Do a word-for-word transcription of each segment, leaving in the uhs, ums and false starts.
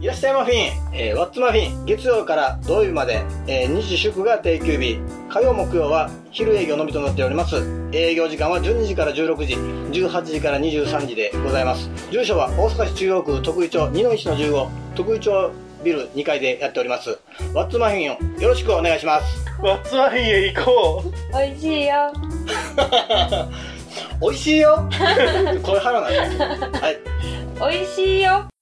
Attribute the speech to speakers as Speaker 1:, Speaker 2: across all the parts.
Speaker 1: いらっしゃいマフィン、えー、ワッツマフィン、月曜から土曜日まで、えー、日祝が定休日、火曜木曜は昼営業のみとなっております。営業時間はじゅうにじからじゅうろくじ、じゅうはちじからにじゅうさんじでございます。住所は大阪市中央区徳井町にのいちのじゅうご、徳井町ビルにかいでやっております。ワッツマフィンをよろしくお願いします。
Speaker 2: ワッツマフィンへ行こ
Speaker 3: う。おいしいよ。
Speaker 1: おいしいよ。これ腹なんです。はい。
Speaker 3: おいしいよ。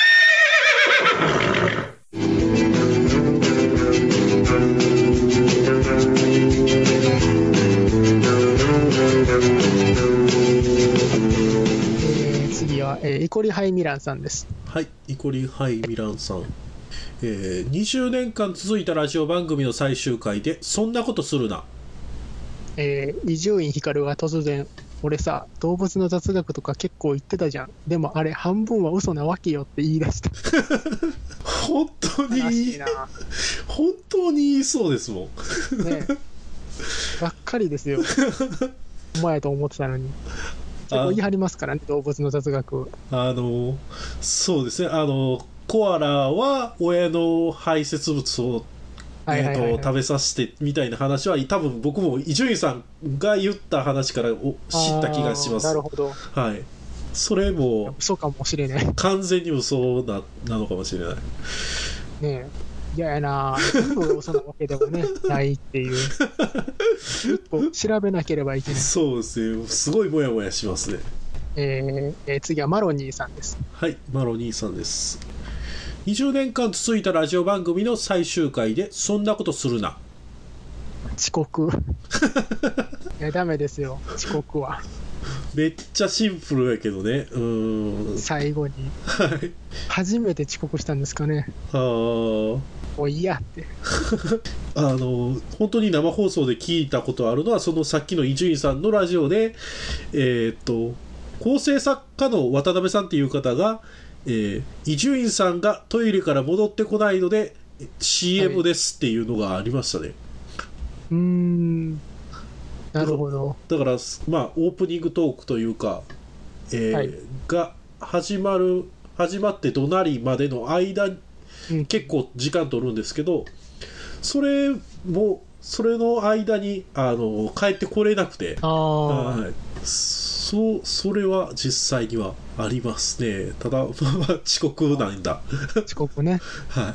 Speaker 4: 次は、えー、イコリハイミランさんです。
Speaker 5: はい、イコリハイミランさん、えー、にじゅうねんかん続いたラジオ番組の最終回でそんなことするな。
Speaker 4: 伊集院光が突然、俺さ動物の雑学とか結構言ってたじゃん、でもあれ半分は嘘なわけよって言い出した
Speaker 5: 本当に本当に言いそうですもんね。
Speaker 4: ばっかりですよお前と思ってたのに。結構言い張りますからね、動物の雑学。
Speaker 5: あのそうですね、あのコアラは親の排泄物を、えーとはいはいはいはい、食べさせてみたいな話は多分僕も伊集院さんが言った話からお知った気がします。
Speaker 4: なるほど、
Speaker 5: はい、それも
Speaker 4: 嘘かもしれない。
Speaker 5: 完全に嘘 な, なのかもしれないね。
Speaker 4: え嫌やな、全部嘘なわけでもねないっていう一個調べなければいけない。
Speaker 5: そうですね、すごいモヤモヤしますね。
Speaker 4: えーえー、次はマロニーさんです。
Speaker 5: はい、マロニーさんです。にじゅうねんかん続いたラジオ番組の最終回でそんなことするな。
Speaker 4: 遅刻いやダメですよ、遅刻は。
Speaker 5: めっちゃシンプルやけどね。うーん、
Speaker 4: 最後に初めて遅刻したんですかね。
Speaker 5: あー
Speaker 4: おいやって
Speaker 5: あの本当に生放送で聞いたことあるのは、そのさっきの伊集院さんのラジオで、えー、っと構成作家の渡辺さんっていう方が伊集院さんがトイレから戻ってこないので シーエム ですっていうのがありましたね。
Speaker 4: はい、うーん、なるほど。
Speaker 5: だからまあオープニングトークというか、えーはい、が始まる始まって怒鳴りまでの間、うん、結構時間取るんですけど、それもそれの間にあの帰ってこれなくて、
Speaker 4: あ、はい、
Speaker 5: そ, それは実際にはありますね。ただ遅刻なんだ
Speaker 4: 遅刻ね
Speaker 5: はい、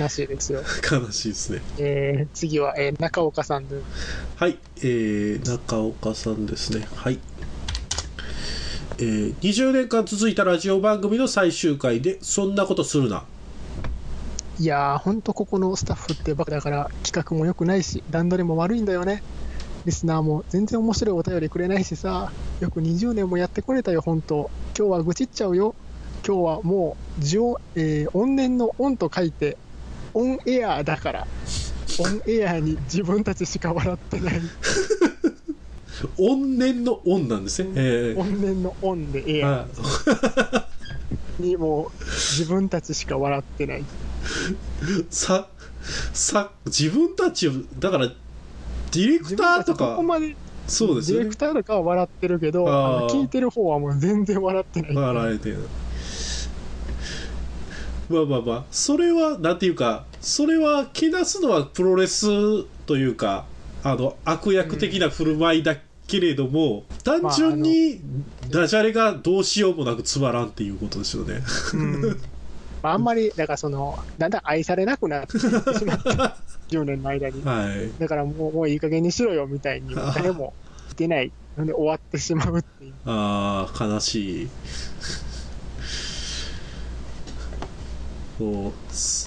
Speaker 4: 悲しいですよ。
Speaker 5: 悲しいですね。
Speaker 4: えー、次は、えー、中岡さんです。
Speaker 5: はい、えー、中岡さんですね。はい、えー、にじゅうねんかん続いたラジオ番組の最終回でそんなことするな。
Speaker 4: いやー、ほんとここのスタッフってバカだから企画も良くないし段取りも悪いんだよね。リスナーも全然面白いお便りくれないしさ、よくにじゅうねんもやってこれたよ。本当今日は愚痴っちゃうよ。今日はもうじょ、えー、怨念の怨と書いてオンエアだから、オンエアに自分たちしか笑ってない
Speaker 5: 怨念の怨なんですね、えー、
Speaker 4: 怨念の怨でエアにもう自分たちしか笑ってない
Speaker 5: ささ自分たちをだからディレクターとか
Speaker 4: ここまで
Speaker 5: そうですよね、
Speaker 4: ディレクターとかは笑ってるけど、あの聞いてる方はもう全然笑ってない。
Speaker 5: 笑えてる。まあまあまあ、それはなんていうか、それはけなすのはプロレスというか、あの悪役的な振る舞いだけれども、うん、単純にダジャレがどうしようもなくつまらんっていうことですよね。
Speaker 4: うん、あんまりだからそのだんだん愛されなくなってしまったじゅうねんの間に、
Speaker 5: はい、
Speaker 4: だからもう、もういい加減にしろよみたいに誰も言ってないので終わってしまうっていう。
Speaker 5: ああ、悲しい。そう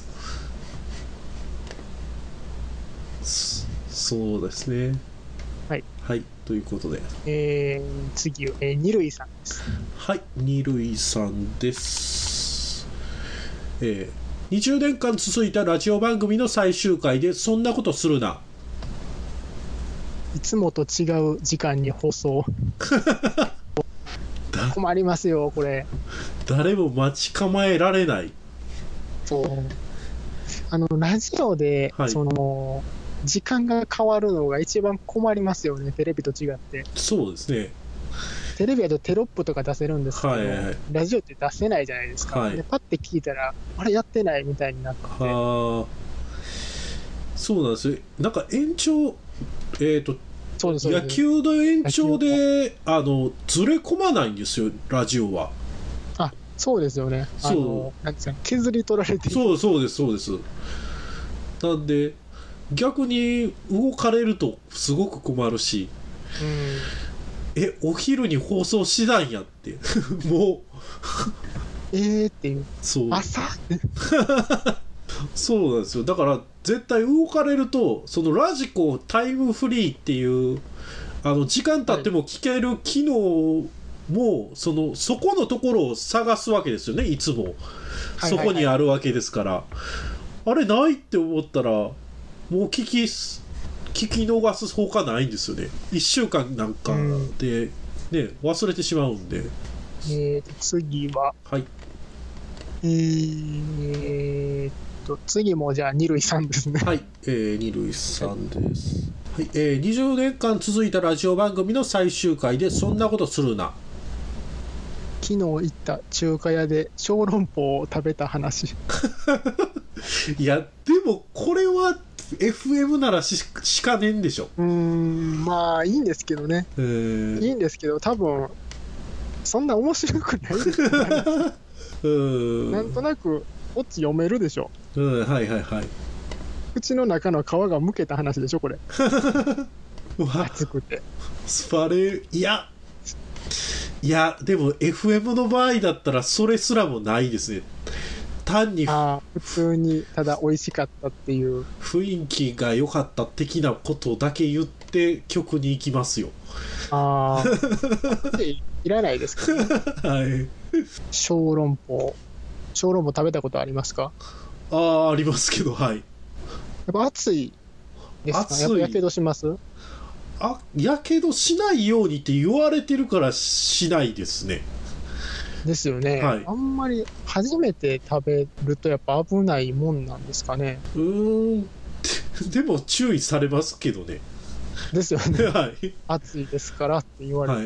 Speaker 5: そうですね。
Speaker 4: はい、
Speaker 5: はい、ということで、
Speaker 4: えー、次、えー、二類さんです。
Speaker 5: はい、二類さんです。えー、にじゅうねんかん続いたラジオ番組の最終回でそんなことするな。
Speaker 4: いつもと違う時間に放送困りますよこれ。
Speaker 5: 誰も待ち構えられない。
Speaker 4: そうあのラジオで、はい、その時間が変わるのが一番困りますよね、テレビと違って。
Speaker 5: そうですね。
Speaker 4: テレビだとテロップとか出せるんですけど、
Speaker 5: はいはいはい、
Speaker 4: ラジオって出せないじゃないですか、
Speaker 5: はい、
Speaker 4: でパッて聞いたらあれやってないみたいになって、
Speaker 5: はそうなんですよ。なんか延長、えーと
Speaker 4: そうですそうです、
Speaker 5: 野球の延長であのずれ込まないんですよ、ラジオは。
Speaker 4: あ、そうですよね。あのなんですか、削り取られてる。
Speaker 5: そうそうですそうです。なんで逆に動かれるとすごく困るし、うん、えお昼に放送しないんやってもう
Speaker 4: えーっていう、
Speaker 5: そう
Speaker 4: 朝
Speaker 5: そうなんですよ。だから絶対動かれるとそのラジコタイムフリーっていうあの時間経っても聞ける機能も、はい、そのそこのところを探すわけですよね、いつもそこにあるわけですから、はいはいはい、あれないって思ったらもう聞き聞き逃すほかないんですよね。いっしゅうかんなんかで、ね、忘れてしまうんで。
Speaker 4: えー、次は、
Speaker 5: はい、
Speaker 4: えーっと次もじゃあ二塁さんですね。
Speaker 5: はい、えー、二塁さんです、はい、えー、にじゅうねんかん続いたラジオ番組の最終回でそんなことするな。
Speaker 4: 昨日行った中華屋で小籠包を食べた話
Speaker 5: いやでもこれは エフエム なら し, しかねんでしょ。
Speaker 4: うーん、まあいいんですけどね、えー、いいんですけど多分そんな面白くないですよねうんなんとなくオチ読めるでしょ。
Speaker 5: うん、はいはいはい。
Speaker 4: 口の中の皮がむけた話でしょこれ熱くて
Speaker 5: あれいやいやでも エフエム の場合だったらそれすらもないですね。単に
Speaker 4: あ普通にただ美味しかったっていう
Speaker 5: 雰囲気が良かった的なことだけ言って曲に行きますよ。
Speaker 4: ああいらないですかねはい小籠包小籠包食べたことありますか？
Speaker 5: ああありますけど、はい。やっ
Speaker 4: ぱ暑いですか？やっぱやけどします？
Speaker 5: あ、やけどしないようにって言われてるからしないですね。
Speaker 4: ですよね、はい、あんまり初めて食べるとやっぱ危ないもんなんですかね。
Speaker 5: うーんでも注意されますけどね。
Speaker 4: ですよね、
Speaker 5: はい、
Speaker 4: 暑いですからって言われて、はい、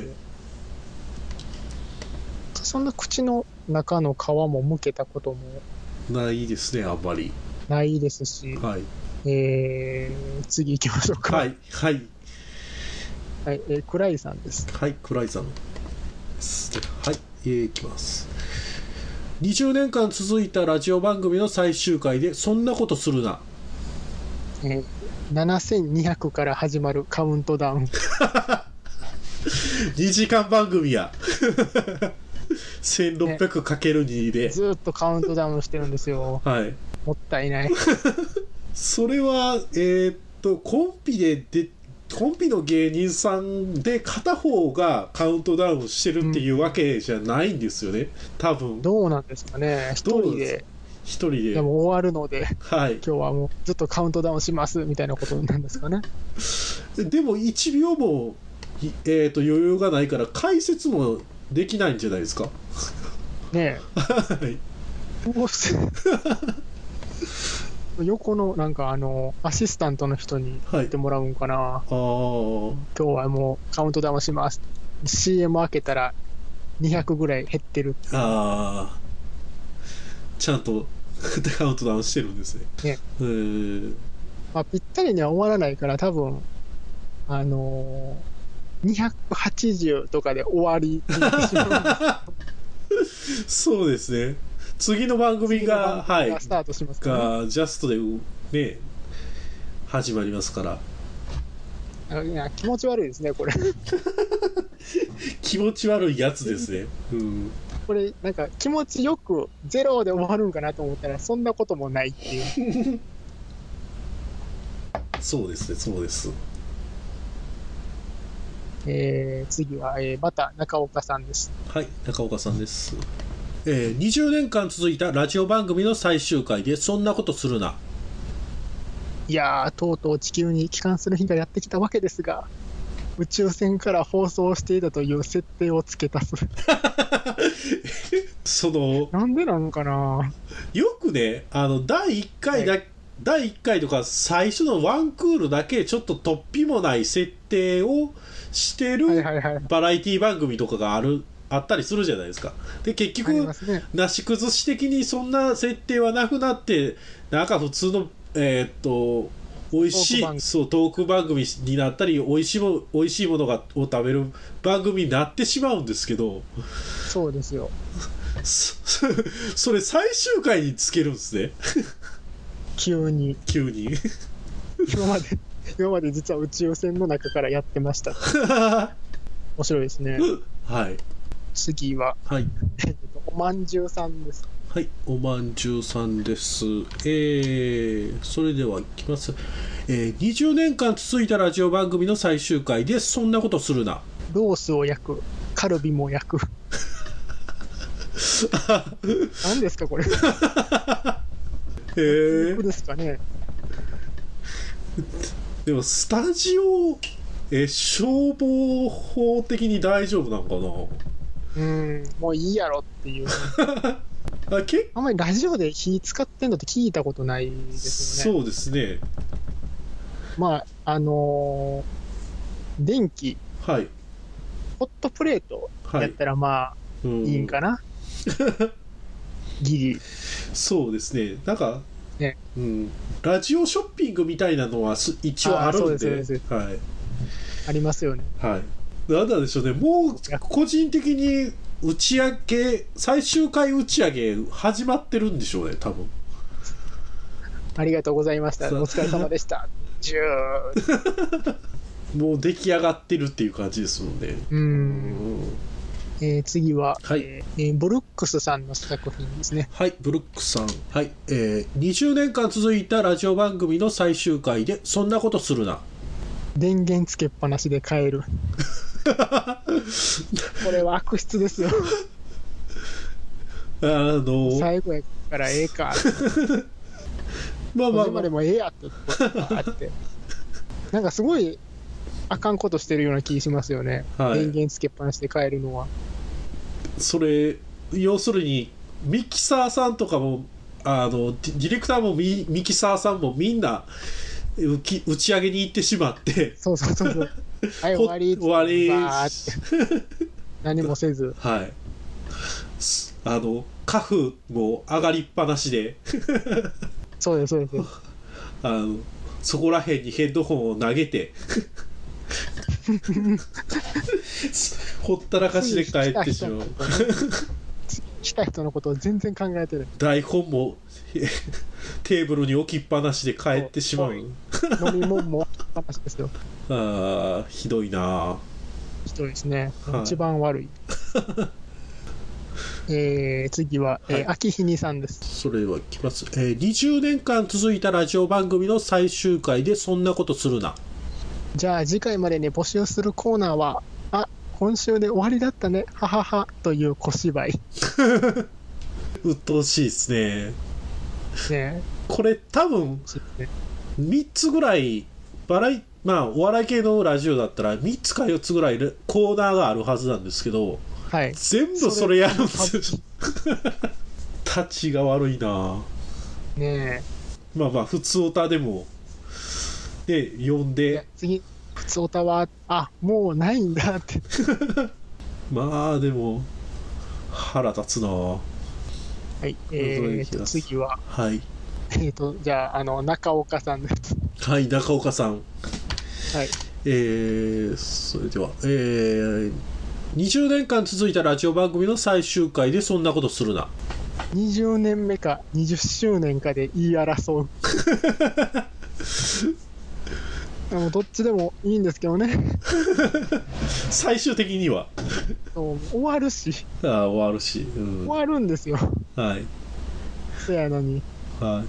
Speaker 4: そんな口の中の皮もむけたことも
Speaker 5: ないですね、あんまり
Speaker 4: ないですし、はい、えー、次行きましょうか。
Speaker 5: はいはい
Speaker 4: はい、えー、クライさんです。
Speaker 5: はい、クライさんはい、えー、いきます。にじゅうねんかん続いたラジオ番組の最終回でそんなことするな。
Speaker 4: えー、ななせんにひゃくから始まるカウントダウン
Speaker 5: にじかん番組やせんろっぴゃくかけるに で、
Speaker 4: ね、ずっとカウントダウンしてるんですよ。
Speaker 5: はい、
Speaker 4: もったいない
Speaker 5: それはえー、っとコンピででコンピの芸人さんで片方がカウントダウンしてるっていうわけじゃないんですよね、うん、多分。ど
Speaker 4: うなんですかね。一人で
Speaker 5: 一人で
Speaker 4: でも終わるので、
Speaker 5: はい、
Speaker 4: 今日はもうずっとカウントダウンしますみたいなことなんですかね。
Speaker 5: でもいちびょうも、えー、と余裕がないから解説もできないんじゃないですか
Speaker 4: ねえはい横のなんかあのアシスタントの人に言ってもらうんかな、はい、あ今日はもうカウントダウンします シーエム 開けたらにひゃくぐらい減ってるって。
Speaker 5: ああちゃんとカウントダウンしてるんですね。
Speaker 4: ね、
Speaker 5: えー
Speaker 4: まあ、ぴったりには終わらないから多分あのー、にひゃくはちじゅうとかで終わりになってしまう
Speaker 5: そうですね。次の番組が
Speaker 4: はいスタートしますから、
Speaker 5: ね、がジャストでね始まりますから。
Speaker 4: いや気持ち悪いですねこれ
Speaker 5: 気持ち悪いやつですね、うん、
Speaker 4: これなんか気持ちよくゼロで終わるんかなと思ったらそんなこともないっていう
Speaker 5: そうですねそうです。
Speaker 4: えー、次は、えー、また中岡さんです。
Speaker 5: はい、中岡さんです。えー、にじゅうねんかん続いたラジオ番組の最終回でそんなことするな。
Speaker 4: いやーとうとう地球に帰還する日がやってきたわけですが、宇宙船から放送していたという設定を付け足す
Speaker 5: その
Speaker 4: なんでなのかな。
Speaker 5: よくねあのだいいっかいだだいいっかいとか最初のワンクールだけちょっと突飛もない設定をしてる
Speaker 4: はいはいはい。
Speaker 5: バラエティ番組とかがあるあったりするじゃないですか。で結
Speaker 4: あり
Speaker 5: 局、
Speaker 4: ますね。
Speaker 5: なし崩し的にそんな設定はなくなって、なんか普通のえーっと美味しい
Speaker 4: トーク番組
Speaker 5: そうトーク番組になったり、美味しいも美味しいものがを食べる番組になってしまうんですけど、
Speaker 4: そうですよ。
Speaker 5: そそれ最終回につけるんですね。
Speaker 4: 急に。
Speaker 5: 急に。
Speaker 4: 今まで、今まで実は宇宙船の中からやってました。面白いですね。
Speaker 5: はい
Speaker 4: 次は、
Speaker 5: はい
Speaker 4: えっとおまんじゅうさんです。
Speaker 5: はい、おまんじゅうさんです。えー、それではいきます。えー、にじゅうねんかん続いたラジオ番組の最終回で、そんなことするな。
Speaker 4: ロースを焼く。カルビも焼く。何ですかこれ。
Speaker 5: えー
Speaker 4: 肉、ですかね。
Speaker 5: でもスタジオ、え消防法的に大丈夫なんか
Speaker 4: うん、もういいやろっていう。
Speaker 5: な。あけ
Speaker 4: あんまりラジオで火使ってんのって聞いたことないですよね。
Speaker 5: そうですね。
Speaker 4: まあ、あのー電気、
Speaker 5: はい。
Speaker 4: ホットプレート
Speaker 5: はい。
Speaker 4: やったらまあ、
Speaker 5: うん
Speaker 4: いいんかな。ギリ。
Speaker 5: そうですね。なんか、
Speaker 4: ね
Speaker 5: うん、ラジオショッピングみたいなのはす一応あるんで、
Speaker 4: あーそうですそうです
Speaker 5: はい。
Speaker 4: ありますよね。
Speaker 5: はい。なんなんでしょうね。もう個人的に打ち上げ最終回打ち上げ始まってるんでしょうね。多分。
Speaker 4: ありがとうございました。
Speaker 5: そう
Speaker 4: お疲れ様でした。ジュー。
Speaker 5: もう出来上がってるっていう感じですもんね。
Speaker 4: う。
Speaker 5: うんん。
Speaker 4: えー次は、
Speaker 5: はい
Speaker 4: えーえーブルックスさんの作品ですね。
Speaker 5: はい、ブルックさん。はい。えー、にじゅうねんかん続いたラジオ番組の最終回で、そんなことするな。
Speaker 4: 電源つけっぱなしで帰る。これは悪質ですよ。
Speaker 5: あの、
Speaker 4: 最後やからええか。
Speaker 5: まあまあ、
Speaker 4: これまでもええやってあって。なんかすごいあかんことしてるような気しますよね。
Speaker 5: はい
Speaker 4: 電源つけっぱなしで帰るのは。
Speaker 5: それ、要するに、ミキサーさんとかも、あの、ディディレクターもミミキサーさんもみんな、打き打ち上げに行ってしまって、
Speaker 4: そうそうそうそう。はい、終わりっつって
Speaker 5: 終わり
Speaker 4: バーって何もせず。
Speaker 5: はい。すあの、カフも上がりっぱなしで、
Speaker 4: そうです、そうです。
Speaker 5: あの、そこら辺にヘッドホンを投げて、ほったらかしで帰ってしまう。
Speaker 4: 来た人のことを全然考えてる。
Speaker 5: 台本もテーブルに置きっぱなしで帰ってしまう。
Speaker 4: 飲み物も話ですよ。
Speaker 5: ああ、ひどいな。
Speaker 4: ひどいですね。
Speaker 5: はい
Speaker 4: 一番悪い。えー、次は、えー
Speaker 5: はい
Speaker 4: 秋日にさんです。
Speaker 5: それはいきます。えー、にじゅうねんかん続いたラジオ番組の最終回でそんなことするな。
Speaker 4: じゃあ次回までに募集するコーナーは、あ、今週で終わりだったね、ははは、という小芝居。
Speaker 5: 鬱陶しいですね。
Speaker 4: ね
Speaker 5: これ多分
Speaker 4: ね
Speaker 5: みっつぐらいバラエまあお笑い系のラジオだったらみっつかよっつぐらいコーナーがあるはずなんですけど、
Speaker 4: はい。
Speaker 5: 全部それやるんですよ。立ちが悪いな。
Speaker 4: ね
Speaker 5: まあまあ普通歌でもで呼ん
Speaker 4: え。いや
Speaker 5: で、
Speaker 4: 次、普通歌は、あ、もうないんだって。
Speaker 5: まあでも腹立つな。
Speaker 4: はい。えーと、次は、
Speaker 5: はい
Speaker 4: えーと、じゃあ、あの、中岡さんです。
Speaker 5: はい、中岡さん。
Speaker 4: はい。
Speaker 5: えー、それでは、えー、にじゅうねんかん続いたラジオ番組の最終回でそんなことするな。
Speaker 4: にじゅうねんめかにじゅっしゅうねんかで言い争う。あのどっちでもいいんですけどね。
Speaker 5: 最終的には
Speaker 4: そう終わるし、
Speaker 5: ああ終わるし、うん、
Speaker 4: 終わるんですよ。
Speaker 5: はい
Speaker 4: そやのに。
Speaker 5: はい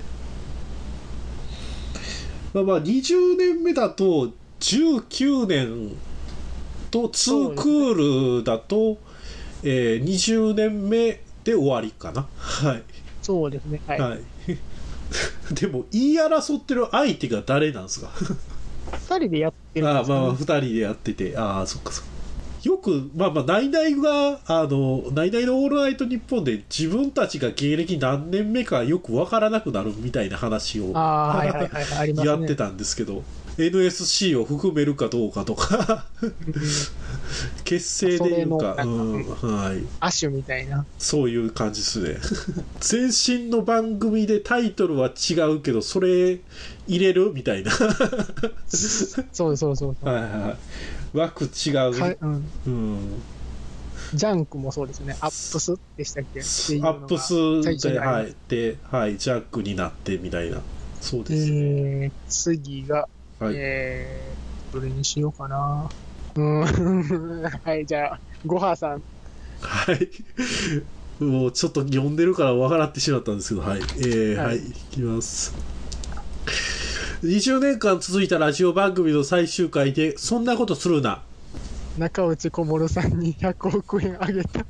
Speaker 5: まあまあにじゅうねんめだとじゅうきゅうねんとにクールだと、えー、にじゅうねんめで終わりかな。はい
Speaker 4: そうですね。はい。
Speaker 5: はいでも言い争ってる相手が誰なんですか？
Speaker 4: ふたりでやってるんですか、ね、
Speaker 5: ああまあまあふたりでやってて、ああそっかそっか。 よく、まあまあ、ナイナイが、あの、ナイナイのオールナイトニッポンで自分たちが芸歴何年目かよくわからなくなるみたいな話を
Speaker 4: あーはいはいはいありますね
Speaker 5: やってたんですけど、エヌエスシー を含めるかどうかとか、結成でいうか、
Speaker 4: それの
Speaker 5: うん、はい。
Speaker 4: アシュみたいな。
Speaker 5: そういう感じですね。前身の番組でタイトルは違うけど、それ入れるみたいな。
Speaker 4: そうそうそう。
Speaker 5: はいはい。枠違う。
Speaker 4: かうん
Speaker 5: うん。
Speaker 4: ジャンクもそうですね。アップスでしたっけ？
Speaker 5: アップスで、はい。で、はい、ジャックになってみたいな。そうですね。
Speaker 4: えー、次が、
Speaker 5: はい。
Speaker 4: えー、どれにしようかな。うーん。はい、じゃあ、ごはさん。
Speaker 5: はい。もうちょっと読んでるから笑ってしまったんですけど、はい。えー、はい、はい、いきます。にじゅうねんかん続いたラジオ番組の最終回で、そんなことするな。
Speaker 4: 中内小室さんにひゃくおくえんあげた。こ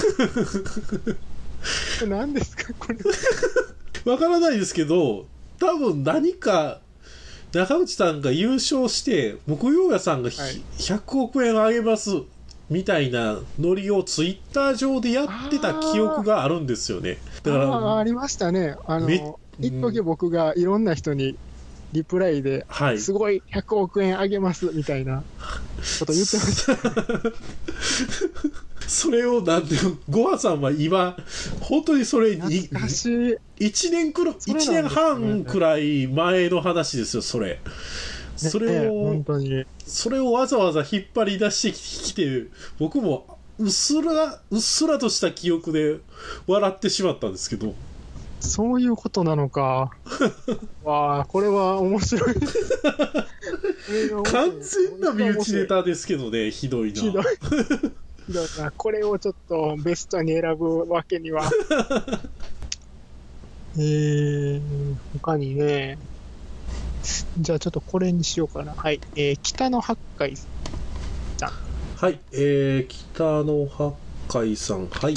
Speaker 4: れ何ですかこれ。
Speaker 5: わからないですけど、多分何か、中内さんが優勝して、木曜屋さんが、はい、ひゃくおくえんあげます。みたいなノリをツイッター上でやってた記憶があるんですよね。
Speaker 4: だからあ, ありましたね。あの一時僕がいろんな人にリプライで、はい、すごいひゃくおくえんあげますみたいなこと言ってました。
Speaker 5: それをなんでごはさんは今本当にそれにいちねんくらい、いちねんはんくらい前の話ですよ、それ。それを、
Speaker 4: 本当に
Speaker 5: それをわざわざ引っ張り出してきて、僕もうっすらうっすらとした記憶で笑ってしまったんですけど、
Speaker 4: そういうことなのか。わあ、これは面白い。
Speaker 5: 完全な身内ネタですけどね、ひどいな。
Speaker 4: ひどい。ひどいな。これをちょっとベストに選ぶわけには。えー、他にね。じゃあちょっとこれにしようかな。はい。えー、北の八海さん。
Speaker 5: はい。えー、北の八海さん。はい。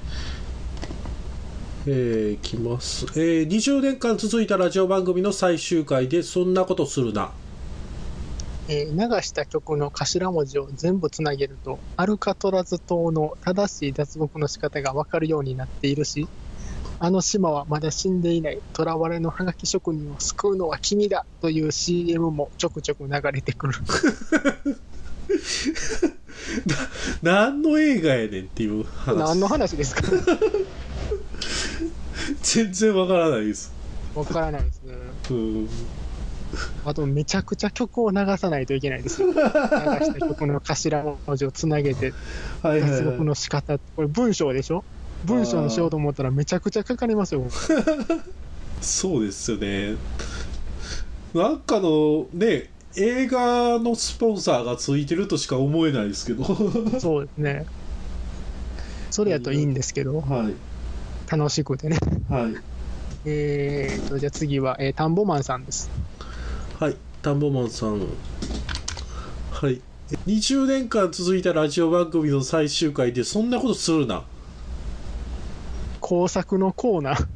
Speaker 5: えー、いきます。えー、にじゅうねんかん続いたラジオ番組の最終回で、そんなことするな。
Speaker 4: えー、流した曲の頭文字を全部つなげると、アルカトラズ島の正しい脱獄の仕方が分かるようになっているし、あの島はまだ死んでいない囚われのハガキ職人を救うのは君だという シーエム もちょくちょく流れてくる。
Speaker 5: な何の映画やねんっていう話。
Speaker 4: 何の話ですか？
Speaker 5: 全然わからないです。
Speaker 4: わからないですね。
Speaker 5: うん。
Speaker 4: あとめちゃくちゃ曲を流さないといけないですよ。流した曲の頭文字をつなげて
Speaker 5: はいはい、はい、
Speaker 4: 脱獄の仕方。これ文章でしょ？文章にしようと思ったらめちゃくちゃかかりますよ。
Speaker 5: そうですよね。なんかのね、映画のスポンサーがついてるとしか思えないですけど。
Speaker 4: そうですね。それやといいんですけど、
Speaker 5: はい、
Speaker 4: 楽しくてね。
Speaker 5: はい。
Speaker 4: えーとじゃあ次は、えー、田んぼマンさんです。
Speaker 5: はい、田んぼマンさん。はい。にじゅうねんかん続いたラジオ番組の最終回でそんなことするな。
Speaker 4: 工作のコーナー。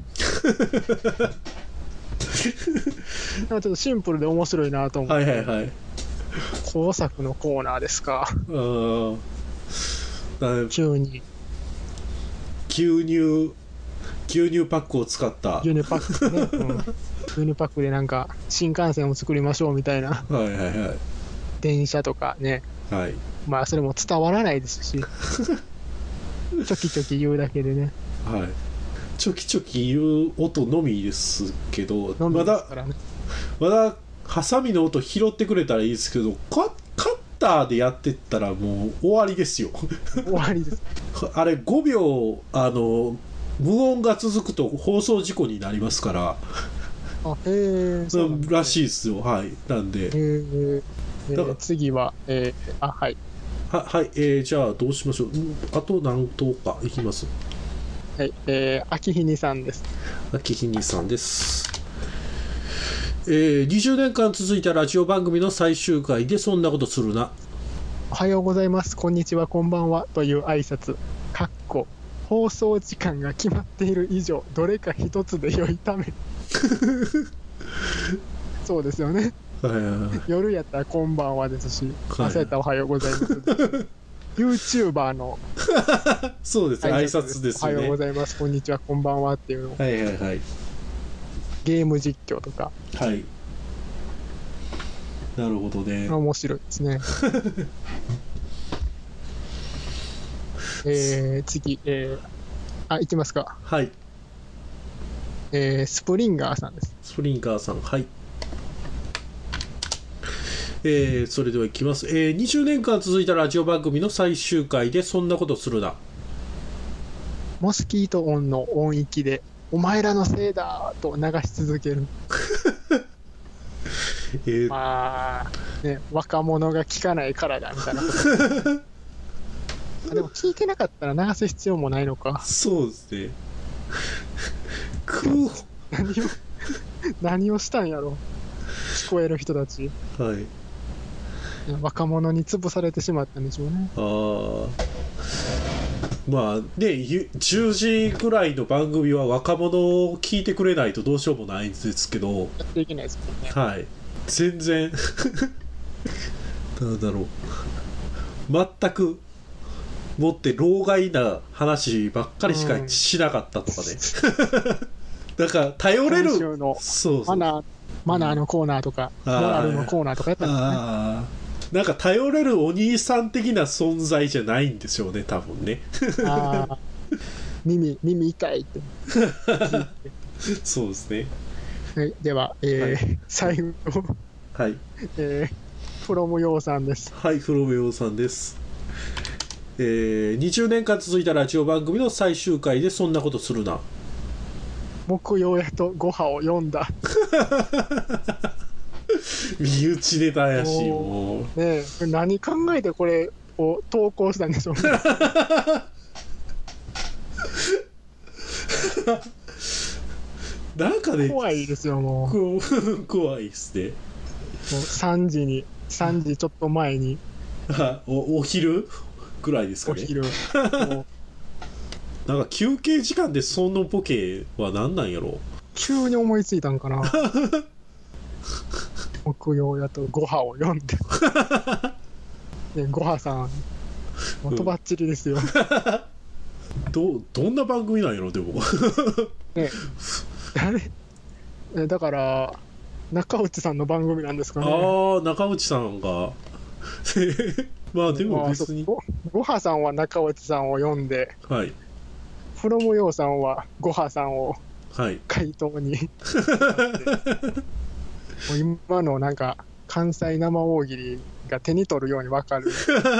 Speaker 4: ちょっとシンプルで面白いなと思って。
Speaker 5: はいはいはい。
Speaker 4: 工作のコーナーですか。
Speaker 5: ああ。
Speaker 4: 急に。
Speaker 5: 牛乳、牛乳パックを使った。
Speaker 4: 牛乳パックね。うん、牛乳パックでなんか新幹線を作りましょうみたいな。
Speaker 5: はいはいはい。
Speaker 4: 電車とかね。
Speaker 5: はい。
Speaker 4: まあそれも伝わらないですし。ちょきちょき言うだけでね。
Speaker 5: はい。ちょきちょき言う音のみですけど、
Speaker 4: まだ
Speaker 5: まだハサミの音拾ってくれたらいいですけど、カ, カッターでやってったらもう終わりですよ。
Speaker 4: 終わりです。
Speaker 5: あれごびょうあの無音が続くと放送事故になりますから。
Speaker 4: あ、へえ。
Speaker 5: らしいですよ。はい。なんで。
Speaker 4: へえ。えー、次は、えー、あはい。
Speaker 5: ははい、えー、じゃあどうしましょう。あと何頭かいきます。
Speaker 4: はい、えー、秋日にさんです。
Speaker 5: 秋日にさんです。えー、にじゅうねんかん続いたラジオ番組の最終回でそんなことするな。
Speaker 4: おはようございます、こんにちは、こんばんはという挨拶。かっこ放送時間が決まっている以上、どれか一つで良いため。そうですよね。
Speaker 5: はいはいはい、
Speaker 4: 夜やったらこんばんはですし、朝やったらおはようございます。 YouTuber の
Speaker 5: そうですね、挨拶です
Speaker 4: おはようご
Speaker 5: よね。
Speaker 4: ざいます、こんにちは、こんばんはっていうのを、
Speaker 5: はいはいはい。
Speaker 4: ゲーム実況とか、
Speaker 5: はい。なるほどね。
Speaker 4: 面白いですね。えー、次、えー、あ、いきますか。
Speaker 5: はい。
Speaker 4: えー、スプリンガーさんです。
Speaker 5: スプリンガーさん、はい。えー、それではいきます。えー、にじゅうねんかん続いたラジオ番組の最終回でそんなことするな。
Speaker 4: モスキート音の音域で、お前らのせいだと流し続ける。
Speaker 5: えー、
Speaker 4: まあ、ね、若者が聞かないからだみたいなこと。あでも聞いてなかったら流す必要もないのか。
Speaker 5: そうですね。く
Speaker 4: 何を、何をしたんやろ。聞こえる人たち。
Speaker 5: はい。
Speaker 4: 若者に潰されてしまったんでしょうね。
Speaker 5: ああ。まあね、ゆじゅうじぐらいの番組は若者を聞いてくれないとどうしようもないんですけど、
Speaker 4: やっていけないですもんね。
Speaker 5: はい。全然、なんだろう。全く、もって老害な話ばっかりしかしなかったとかね。だから頼れる、
Speaker 4: 今週の
Speaker 5: そうそう。
Speaker 4: マナー、マナーのコーナーとか、モラルのコーナーとかやったんですね。
Speaker 5: あー、なんか頼れるお兄さん的な存在じゃないんでしょうね、多分ね。
Speaker 4: ああ、耳、耳痛いって。
Speaker 5: そうですね。
Speaker 4: はい、では、えー
Speaker 5: はい
Speaker 4: 最後、
Speaker 5: はい。
Speaker 4: えー、フロムヨーさんです。
Speaker 5: はい、フロメオさんです。えー、にじゅうねんかん続いたラジオ番組の最終回でそんなことするな。
Speaker 4: 木曜やとごはを読んだ。
Speaker 5: 身内ネタやし、もう。
Speaker 4: ねえ、何考えてこれを投稿したんでしょうね。
Speaker 5: なんかね、
Speaker 4: 怖いですよ、もう。もう
Speaker 5: こ怖いっすね。
Speaker 4: さんじに、さんじちょっと前に、
Speaker 5: あおお昼ぐらいですかね。
Speaker 4: お昼。もう
Speaker 5: なんか休憩時間でそのボケは何なんやろ。
Speaker 4: 急に思いついたんかな。木曜やとごはを読んで。ね、ごはさん、もうとばっちりですよ。
Speaker 5: どどんな番組なんやろでも。
Speaker 4: ね、誰えだから中内さんの番組なんですかね。
Speaker 5: ああ、中内さんが。まあでも別に。
Speaker 4: ごごはさんは中内さんを読んで、
Speaker 5: はい。
Speaker 4: フロムヨーさんはごはさんを
Speaker 5: はい。
Speaker 4: 回答に。もう今のなんか関西生大喜利が手に取るように分かる。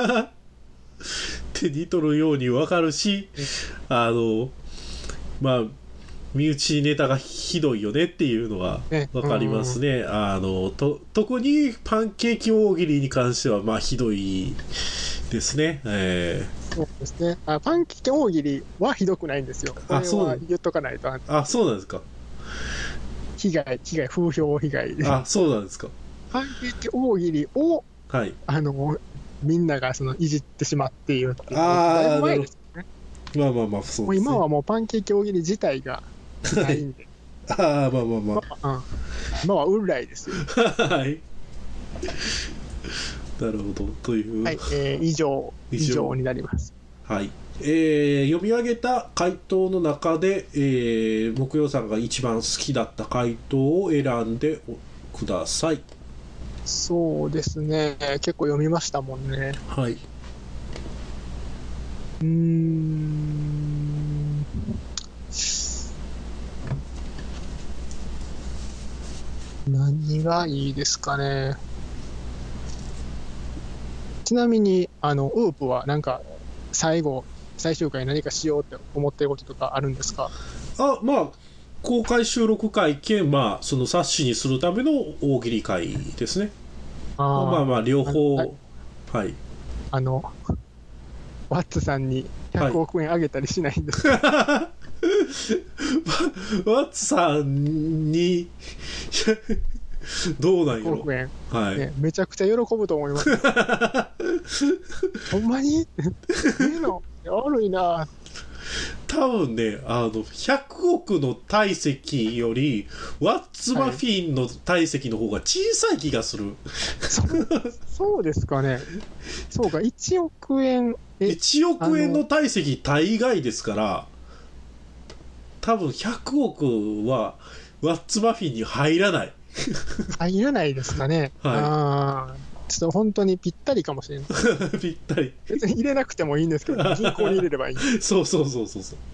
Speaker 5: 手に取るように分かるし、あの、まあ、身内ネタがひどいよねっていうのが分かりますね。ね、あのと特にパンケーキ大喜利に関してはまあひどいですね。え
Speaker 4: ー、そうですね。あ、パンケーキ大喜利はひどくないんですよ。これは言っとかないと。
Speaker 5: あ、そうなんですか。
Speaker 4: 被害、被害、風評被害で。
Speaker 5: あ、そうなんですか。
Speaker 4: パンケーキ大喜利を、
Speaker 5: はい、
Speaker 4: あのみんながそのいじってしまっているっていう。
Speaker 5: ああ、
Speaker 4: 前ですね。
Speaker 5: まあまあまあ、そうですね。
Speaker 4: もう今はもうパンケーキ大喜利自体がないんで。
Speaker 5: ああ、まあまあま
Speaker 4: あ、うん、今は運来ですよ。
Speaker 5: はい。なるほど。という。
Speaker 4: はい、えー、以上、以上になります。
Speaker 5: はい。えー、読み上げた回答の中で、えー、木曜さんが一番好きだった回答を選んでください。
Speaker 4: そうですね。結構読みましたもんね。
Speaker 5: はい。
Speaker 4: うーん。何がいいですかね。ちなみに、あの、ウープはなんか、最後、最終回何かしようって思ってることとかあるんですか？
Speaker 5: あ、まあ、公開収録会兼、まあ、その冊子にするための大喜利会ですね。あまあまあ、両方、はい。はい、
Speaker 4: あの、ワッツさんにひゃくおくえんあげたりしないんですか？はい、
Speaker 5: ワッツさんに、どうなんやろ。
Speaker 4: ひゃくおくえん、
Speaker 5: はい、
Speaker 4: ね、めちゃくちゃ喜ぶと思います。ほんまにいいの悪いな。
Speaker 5: 多分ね、あのひゃくおくの体積よりワッツマフィンの体積の方が小さい気がする、
Speaker 4: はい、そ, そうですかね。そうか、いちおくえん、え
Speaker 5: いちおくえんの体積大概ですから、多分ひゃくおくはワッツマフィンに入らない
Speaker 4: 入らないですかね。
Speaker 5: はい、
Speaker 4: あちょっと本当にぴったりかもしれない
Speaker 5: ぴったり。
Speaker 4: 別に入れなくてもいいんですけど、銀行に入れればいい
Speaker 5: そうそうそうそうそう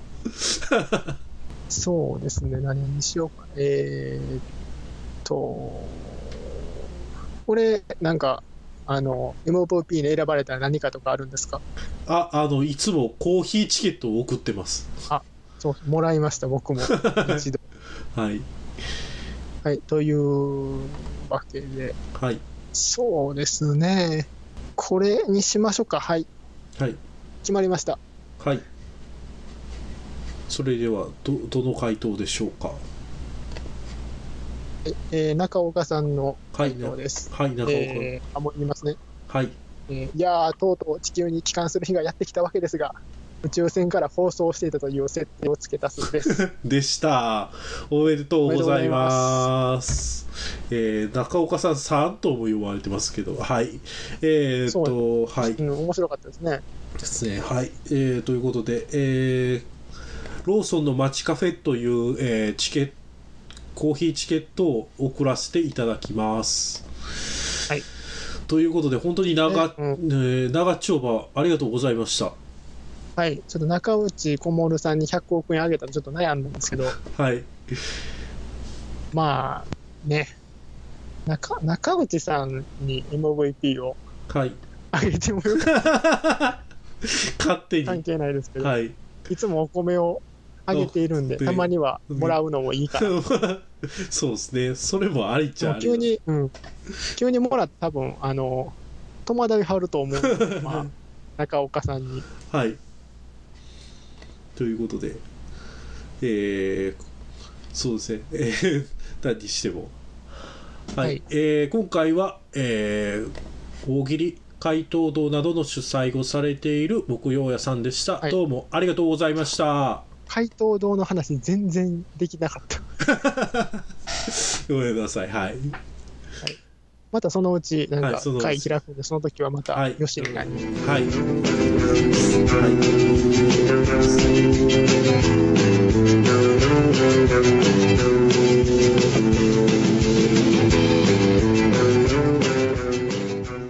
Speaker 4: そうですね、何にしようか。えー、っと、これ、なんか、あの、エムブイピー に選ばれたら何かとかあるんですか？
Speaker 5: あ、あの、いつもコーヒーチケットを送ってます。
Speaker 4: あ、そう、もらいました、僕も。一度。
Speaker 5: はい。
Speaker 4: はい、というわけで。
Speaker 5: はい。
Speaker 4: そうですね。これにしましょうか。はい。
Speaker 5: はい。
Speaker 4: 決まりました。
Speaker 5: はい。それでは、ど、どの回答でしょうか。
Speaker 4: えー、中岡さんの回答です。
Speaker 5: はい、中岡。
Speaker 4: えー、あ、もう言いますね。
Speaker 5: はい。
Speaker 4: えー、いやー、とうとう地球に帰還する日がやってきたわけですが、宇宙船から放送していたという設定をつけたそうです。
Speaker 5: でした。おめでとうございます。えー、中岡さんさんとも言われてますけど、はい。えー、っと、はい、
Speaker 4: うん。面白かったですね。
Speaker 5: ですね。はい。えー、ということで、えー、ローソンの街カフェという、えー、チケット、コーヒーチケットを送らせていただきます。
Speaker 4: はい。
Speaker 5: ということで、本当に長、
Speaker 4: ねうん
Speaker 5: えー、長丁場ありがとうございました。
Speaker 4: はい。ちょっと中内小諸さんにひゃくおくえんあげたらちょっと悩んだんですけど、
Speaker 5: はい。
Speaker 4: まあ、ね。中、中内さんに エムブイピー を
Speaker 5: はい。
Speaker 4: あげてもよかった
Speaker 5: 勝手に。
Speaker 4: 関係ないですけど、
Speaker 5: はい。
Speaker 4: いつもお米をあげているんで、たまにはもらうのもいいかな。
Speaker 5: そうですね。それもありっちゃあり。
Speaker 4: 急に、うん。急にもらって多分、あの、戸惑いはると思うので、まあ、中岡さんに。
Speaker 5: はい。ということで、えー、そうですね。えー、何にしても。はい。はい、えー、今回は、えー、大喜利怪盗堂などの主催をされている木曜屋さんでした、はい。どうもありがとうございました。
Speaker 4: 怪盗堂の話全然できなかった。
Speaker 5: ごめんなさい。はい。はい、
Speaker 4: またそのうちなんか
Speaker 5: はい、
Speaker 4: 会開くんで、その時はまたよしになります。
Speaker 5: はい。はい。はい